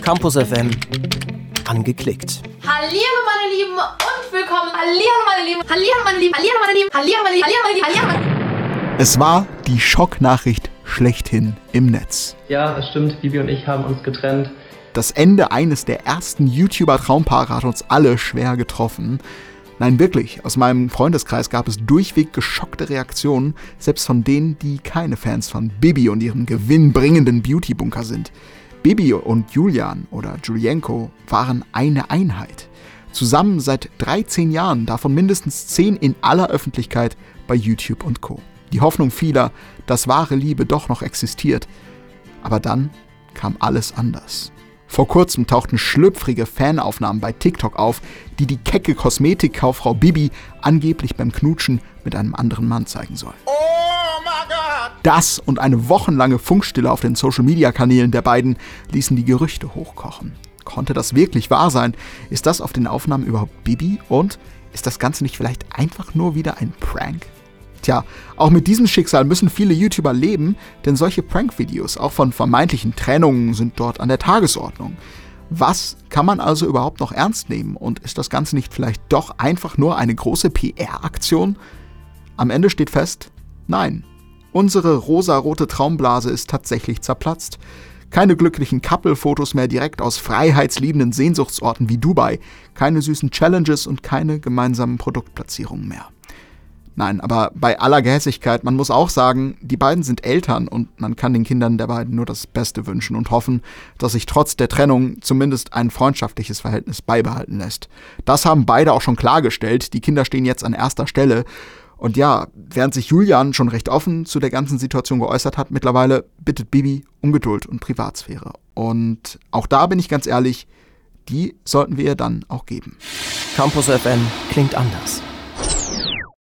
Campus FM angeklickt. Hallihallo meine Lieben und willkommen. Hallihallo meine Lieben. Hallihallo meine Lieben. Hallihallo meine Lieben. Hallihallo meine Lieben. Hallihallo meine Lieben. Es war die Schocknachricht schlechthin im Netz. Ja, das stimmt. Bibi und ich haben uns getrennt. Das Ende eines der ersten YouTuber-Traumpaare hat uns alle schwer getroffen. Nein, wirklich, aus meinem Freundeskreis gab es durchweg geschockte Reaktionen, selbst von denen, die keine Fans von Bibi und ihrem gewinnbringenden Beauty-Bunker sind. Bibi und Julian oder Julienko waren eine Einheit. Zusammen seit 13 Jahren, davon mindestens 10 in aller Öffentlichkeit bei YouTube und Co. Die Hoffnung vieler, dass wahre Liebe doch noch existiert. Aber dann kam alles anders. Vor kurzem tauchten schlüpfrige Fanaufnahmen bei TikTok auf, die die kecke Kosmetikkauffrau Bibi angeblich beim Knutschen mit einem anderen Mann zeigen soll. Oh my God! Das und eine wochenlange Funkstille auf den Social-Media-Kanälen der beiden ließen die Gerüchte hochkochen. Konnte das wirklich wahr sein? Ist das auf den Aufnahmen überhaupt Bibi? Und ist das Ganze nicht vielleicht einfach nur wieder ein Prank? Tja, auch mit diesem Schicksal müssen viele YouTuber leben, denn solche Prank-Videos, auch von vermeintlichen Trennungen, sind dort an der Tagesordnung. Was kann man also überhaupt noch ernst nehmen? Und ist das Ganze nicht vielleicht doch einfach nur eine große PR-Aktion? Am Ende steht fest, nein. Unsere rosarote Traumblase ist tatsächlich zerplatzt. Keine glücklichen Couple-Fotos mehr direkt aus freiheitsliebenden Sehnsuchtsorten wie Dubai. Keine süßen Challenges und keine gemeinsamen Produktplatzierungen mehr. Nein, aber bei aller Gehässigkeit, man muss auch sagen, die beiden sind Eltern und man kann den Kindern der beiden nur das Beste wünschen und hoffen, dass sich trotz der Trennung zumindest ein freundschaftliches Verhältnis beibehalten lässt. Das haben beide auch schon klargestellt, die Kinder stehen jetzt an erster Stelle. Und ja, während sich Julian schon recht offen zu der ganzen Situation geäußert hat, mittlerweile bittet Bibi um Geduld und Privatsphäre. Und auch da bin ich ganz ehrlich, die sollten wir ihr dann auch geben. Campus FM klingt anders.